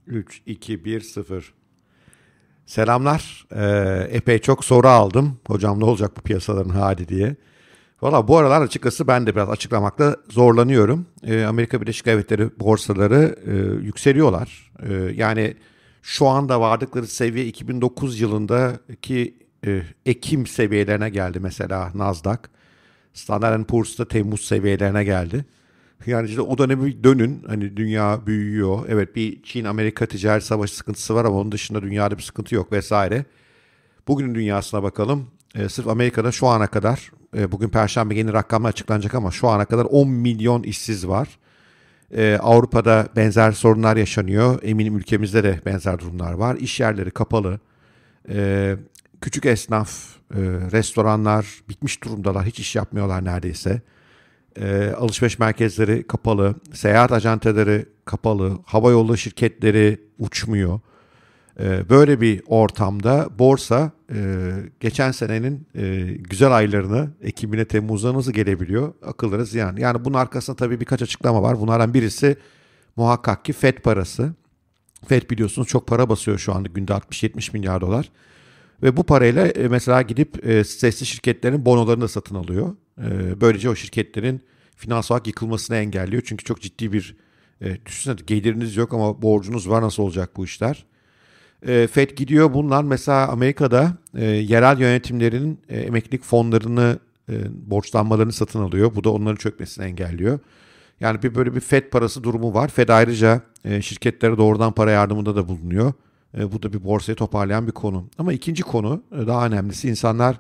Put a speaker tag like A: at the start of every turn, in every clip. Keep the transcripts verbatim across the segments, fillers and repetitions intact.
A: üç, iki, bir, sıfır. Selamlar. Ee, epey çok soru aldım. Hocam ne olacak bu piyasaların hali diye. Valla bu aralar açıkçası ben de biraz açıklamakta zorlanıyorum. Ee, Amerika Birleşik Devletleri borsaları e, yükseliyorlar. E, yani şu anda vardıkları seviye iki bin dokuz yılındaki e, Ekim seviyelerine geldi mesela Nasdaq. Standard and Poor's da Temmuz seviyelerine geldi. Yani işte o dönemi bir dönün. Hani dünya büyüyor. Evet, bir Çin-Amerika ticaret savaşı sıkıntısı var ama onun dışında dünyada bir sıkıntı yok vesaire. Bugünün dünyasına bakalım. Ee, sırf Amerika'da şu ana kadar, e, bugün Perşembe yeni rakamlar açıklanacak ama şu ana kadar on milyon işsiz var. Ee, Avrupa'da benzer sorunlar yaşanıyor. Eminim ülkemizde de benzer durumlar var. İş yerleri kapalı. Ee, küçük esnaf, e, restoranlar bitmiş durumdalar. Hiç iş yapmıyorlar neredeyse. E, alışveriş merkezleri kapalı, seyahat ajantaları kapalı, havayolu şirketleri uçmuyor. E, böyle bir ortamda borsa e, geçen senenin e, güzel aylarını Ekim'ine Temmuz'a nasıl gelebiliyor? Akıllara ziyan. Yani bunun arkasında tabii birkaç açıklama var. Bunlardan birisi muhakkak ki Fed parası. Fed biliyorsunuz çok para basıyor şu anda, günde altmış yetmiş milyar dolar. Ve bu parayla e, mesela gidip e, sesli şirketlerin bonolarını da satın alıyor. E, böylece o şirketlerin finansal olarak yıkılmasını engelliyor. Çünkü çok ciddi bir e, düşünsene, geliriniz yok ama borcunuz var, nasıl olacak bu işler? E, Fed gidiyor bunlar mesela Amerika'da e, yerel yönetimlerin e, emeklilik fonlarını, e, borçlanmalarını satın alıyor. Bu da onların çökmesini engelliyor. Yani bir böyle bir Fed parası durumu var. Fed ayrıca e, şirketlere doğrudan para yardımında da bulunuyor. E, bu da bir borsayı toparlayan bir konu. Ama ikinci konu, e, daha önemlisi, insanlar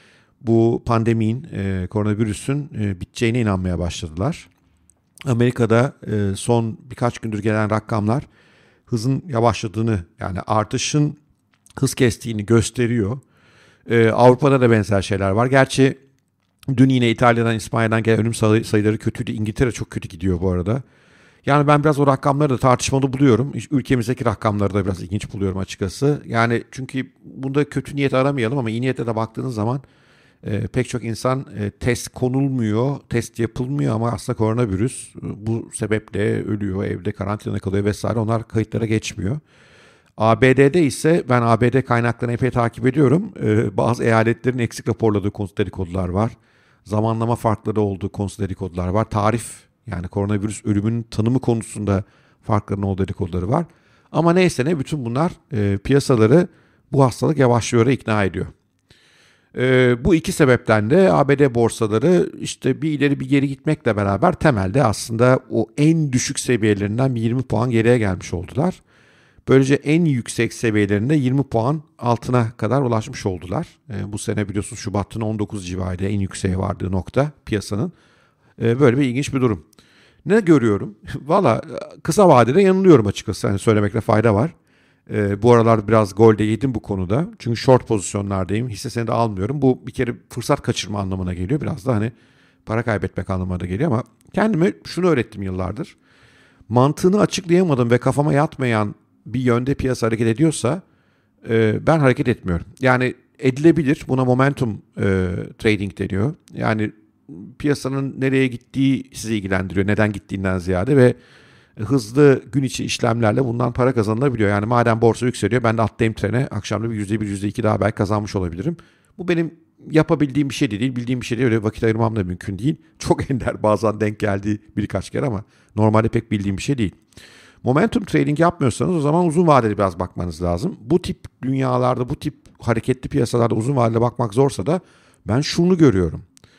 A: bu pandeminin, e, koronavirüsün e, biteceğine inanmaya başladılar. Amerika'da e, son birkaç gündür gelen rakamlar hızın yavaşladığını, yani artışın hız kestiğini gösteriyor. E, Avrupa'da da benzer şeyler var. Gerçi dün yine İtalya'dan, İspanya'dan gelen ölüm sayıları kötüydü. İngiltere çok kötü gidiyor bu arada. Yani ben biraz o rakamları da tartışmalı buluyorum. Ülkemizdeki rakamları da biraz ilginç buluyorum açıkçası. Yani çünkü bunda kötü niyet aramayalım ama iyi niyetle de baktığınız zaman e, pek çok insan e, test konulmuyor, test yapılmıyor ama aslında koronavirüs e, bu sebeple ölüyor, evde karantinada kalıyor vesaire. Onlar kayıtlara geçmiyor. A B D'de ise ben A B D kaynaklarını epey takip ediyorum. E, bazı eyaletlerin eksik raporladığı konusu dedikodular var. Zamanlama farkları olduğu konusu dedikodular var. Tarif, yani koronavirüs ölümünün tanımı konusunda farkların olduğu dedikoduları var. Ama neyse ne, bütün bunlar e, piyasaları bu hastalık yavaşlıyor, ikna ediyor. E, bu iki sebepten de A B D borsaları işte bir ileri bir geri gitmekle beraber temelde aslında o en düşük seviyelerinden bir yirmi puan geriye gelmiş oldular. Böylece en yüksek seviyelerinde yirmi puan altına kadar ulaşmış oldular. E, bu sene biliyorsunuz Şubat'ın on dokuz civarında en yükseğe vardığı nokta piyasanın. E, böyle bir ilginç bir durum. Ne görüyorum? Valla kısa vadede yanılıyorum açıkçası. Yani söylemekte fayda var. E, bu aralar biraz gol de yedim bu konuda. Çünkü short pozisyonlardayım. Hisse senedi almıyorum. Bu bir kere fırsat kaçırma anlamına geliyor. Biraz da hani para kaybetmek anlamına da geliyor ama kendime şunu öğrettim yıllardır. Mantığını açıklayamadım ve kafama yatmayan bir yönde piyasa hareket ediyorsa e, ben hareket etmiyorum. Yani edilebilir. Buna momentum e, trading deniyor. Yani piyasanın nereye gittiği sizi ilgilendiriyor. Neden gittiğinden ziyade ve hızlı gün içi işlemlerle bundan para kazanılabiliyor. Yani madem borsa yükseliyor, ben de atlayayım trene. Akşamda bir yüzde bir, yüzde iki daha belki kazanmış olabilirim. Bu benim yapabildiğim bir şey de değil. Bildiğim bir şey değil. Öyle vakit ayırmam da mümkün değil. Çok ender, bazen denk geldi birkaç kere ama normalde pek bildiğim bir şey değil. Momentum trading yapmıyorsanız o zaman uzun vadeli biraz bakmanız lazım. Bu tip dünyalarda, bu tip hareketli piyasalarda uzun vadeli bakmak zorsa da ben şunu görüyorum.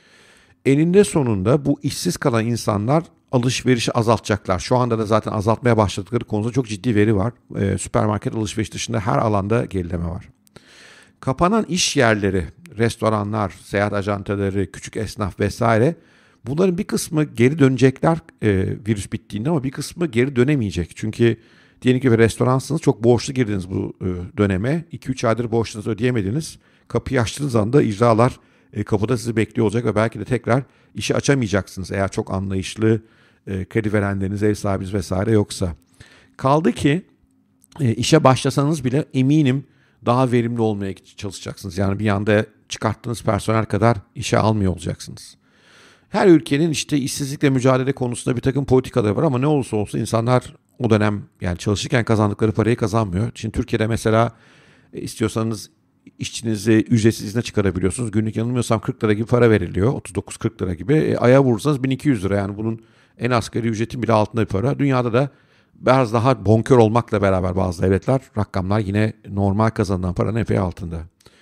A: Eninde sonunda bu işsiz kalan insanlar alışverişi azaltacaklar. Şu anda da zaten azaltmaya başladıkları konusunda çok ciddi veri var. Ee, süpermarket alışveriş dışında her alanda gerileme var. Kapanan iş yerleri, restoranlar, seyahat ajantaları, küçük esnaf vesaire, bunların bir kısmı geri dönecekler e, virüs bittiğinde ama bir kısmı geri dönemeyecek. Çünkü diyelim ki bir restoransınız, çok borçlu girdiniz bu e, döneme. iki üç aydır borçlarınızı ödeyemediniz. Kapıyı açtığınız anda icralar e, kapıda sizi bekliyor olacak ve belki de tekrar işi açamayacaksınız eğer çok anlayışlı e, kredi verenleriniz, ev sahibiniz vesaire yoksa. Kaldı ki e, işe başlasanız bile eminim daha verimli olmaya çalışacaksınız. Yani bir anda çıkarttığınız personel kadar işe almıyor olacaksınız. Her ülkenin işte işsizlikle mücadele konusunda bir takım politikaları var ama ne olursa olsun insanlar o dönem yani çalışırken kazandıkları parayı kazanmıyor. Şimdi Türkiye'de mesela e, istiyorsanız işçinizi ücretsiz izne çıkarabiliyorsunuz. Günlük yanılmıyorsam kırk lira gibi para veriliyor. otuz dokuz kırk lira gibi. E, aya vurursanız bin iki yüz lira, yani bunun en asgari ücretin bile altında bir para. Dünyada da biraz daha bonkör olmakla beraber bazı devletler rakamlar yine normal kazanılan paranın epey altında.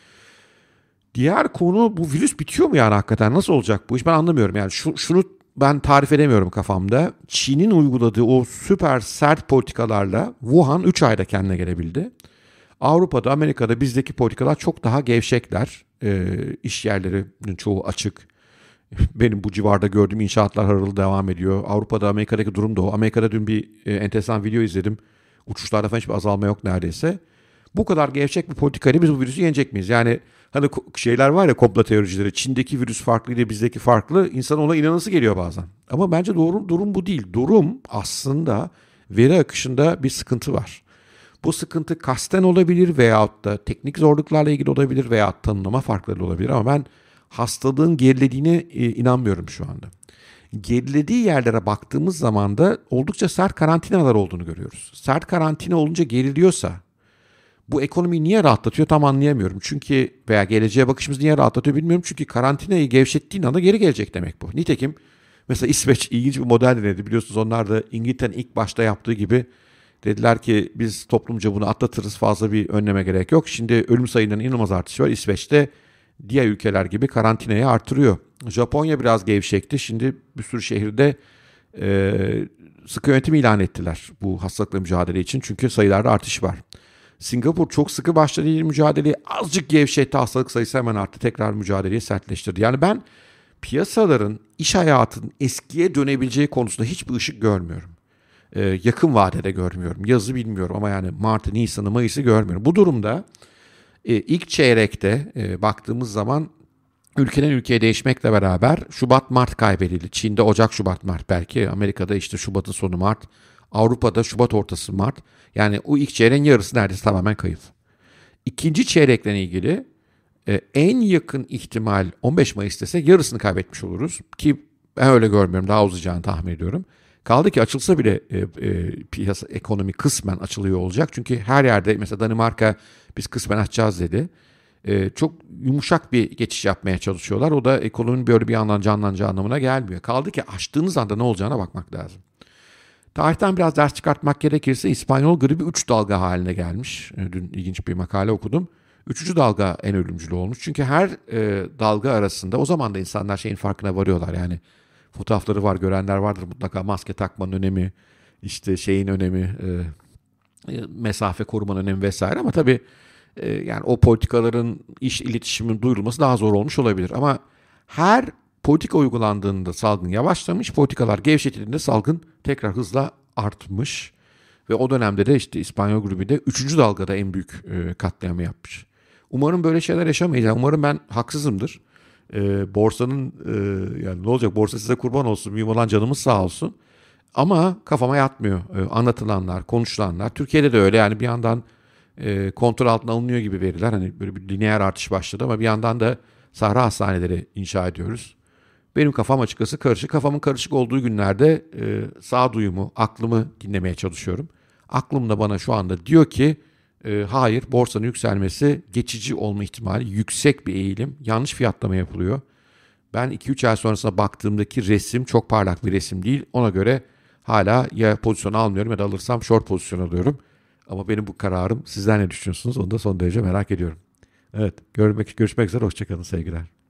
A: Diğer konu, bu virüs bitiyor mu yani hakikaten? Nasıl olacak bu iş? Ben anlamıyorum. Yani şu, şunu ben tarif edemiyorum kafamda. Çin'in uyguladığı o süper sert politikalarla Wuhan üç ayda kendine gelebildi. Avrupa'da, Amerika'da bizdeki politikalar çok daha gevşekler. E, iş yerlerinin çoğu açık. Benim bu civarda gördüğüm inşaatlar harıl devam ediyor. Avrupa'da, Amerika'daki durum da o. Amerika'da dün bir e, enteresan video izledim. Uçuşlarda falan hiçbir azalma yok neredeyse. Bu kadar gevşek bir politikayla biz bu virüsü yenecek miyiz? Yani hani şeyler var ya, komplo teoricileri. Çin'deki virüs farklıydı, bizdeki farklı. İnsan ona inanası geliyor bazen. Ama bence doğru durum bu değil. Durum aslında veri akışında bir sıkıntı var. Bu sıkıntı kasten olabilir veyahut da teknik zorluklarla ilgili olabilir veyahut tanımlama farkları olabilir, ama ben hastalığın gerilediğine e, inanmıyorum şu anda. Gerilediği yerlere baktığımız zaman da oldukça sert karantinalar olduğunu görüyoruz. Sert karantina olunca geriliyorsa bu ekonomiyi niye rahatlatıyor tam anlayamıyorum. Çünkü veya geleceğe bakışımız niye rahatlatıyor bilmiyorum. Çünkü karantinayı gevşettiğin anda geri gelecek demek bu. Nitekim mesela İsveç ilginç bir model denedi. Biliyorsunuz onlar da İngiltere'nin ilk başta yaptığı gibi dediler ki biz toplumca bunu atlatırız, fazla bir önleme gerek yok. Şimdi ölüm sayılarının inanılmaz artışı var. İsveç'te diğer ülkeler gibi karantinayı artırıyor. Japonya biraz gevşekti. Şimdi bir sürü şehirde e, sıkı yönetim ilan ettiler bu hastalıkla mücadele için. Çünkü sayılarda artış var. Singapur çok sıkı başladı mücadeleye, azıcık gevşetti, hastalık sayısı hemen arttı, tekrar mücadeleyi sertleştirdi. Yani ben piyasaların, iş hayatının eskiye dönebileceği konusunda hiçbir ışık görmüyorum. Ee, yakın vadede görmüyorum. Yazı bilmiyorum ama yani Mart'ı, Nisan'ı, Mayıs'ı görmüyorum. Bu durumda e, ilk çeyrekte e, baktığımız zaman ülkeden ülkeye değişmekle beraber Şubat, Mart kaybedildi. Çin'de Ocak, Şubat, Mart belki. Amerika'da işte Şubat'ın sonu Mart. Avrupa'da Şubat ortası Mart. Yani o ilk çeyreğin yarısı neredeyse tamamen kayıp. İkinci çeyrekle ilgili e, en yakın ihtimal on beş Mayıs dese yarısını kaybetmiş oluruz. Ki ben öyle görmüyorum, daha uzayacağını tahmin ediyorum. Kaldı ki açılsa bile e, e, piyasa, ekonomi kısmen açılıyor olacak. Çünkü her yerde mesela Danimarka biz kısmen açacağız dedi. E, çok yumuşak bir geçiş yapmaya çalışıyorlar. O da ekonominin böyle bir yandan canlanacağı anlamına gelmiyor. Kaldı ki açtığınız anda ne olacağına bakmak lazım. Tarihten biraz ders çıkartmak gerekirse İspanyol gribi üç dalga haline gelmiş. Dün ilginç bir makale okudum. Üçüncü dalga en ölümcül olmuş. Çünkü her e, dalga arasında o zaman da insanlar şeyin farkına varıyorlar. Yani fotoğrafları var, görenler vardır mutlaka, maske takmanın önemi, işte şeyin önemi, e, mesafe korumanın önemi vesaire. Ama tabii e, yani o politikaların iş iletişimin duyurulması daha zor olmuş olabilir. Ama her politika uygulandığında salgın yavaşlamış, politikalar gevşetildiğinde salgın tekrar hızla artmış. Ve o dönemde de işte İspanyol grubu de üçüncü dalgada en büyük e, katliamı yapmış. Umarım böyle şeyler yaşamayız. Yani umarım ben haksızımdır. E, borsanın e, yani ne olacak, borsa size kurban olsun, mühim olan canımız sağ olsun. Ama kafama yatmıyor e, anlatılanlar, konuşulanlar. Türkiye'de de öyle, yani bir yandan e, kontrol altına alınıyor gibi veriler. Hani böyle bir lineer artış başladı ama bir yandan da sahra hastaneleri inşa ediyoruz. Benim kafam açıkçası karışık. Kafamın karışık olduğu günlerde e, sağduyumu, aklımı dinlemeye çalışıyorum. Aklım da bana şu anda diyor ki e, hayır, borsanın yükselmesi geçici olma ihtimali yüksek bir eğilim. Yanlış fiyatlama yapılıyor. Ben iki üç ay sonrasına baktığımdaki resim çok parlak bir resim değil. Ona göre hala ya pozisyon almıyorum ya da alırsam short pozisyon alıyorum. Ama benim bu kararım, sizler ne düşünüyorsunuz? Onu da son derece merak ediyorum. Evet, görmek, görüşmek üzere. Hoşçakalın, sevgiler.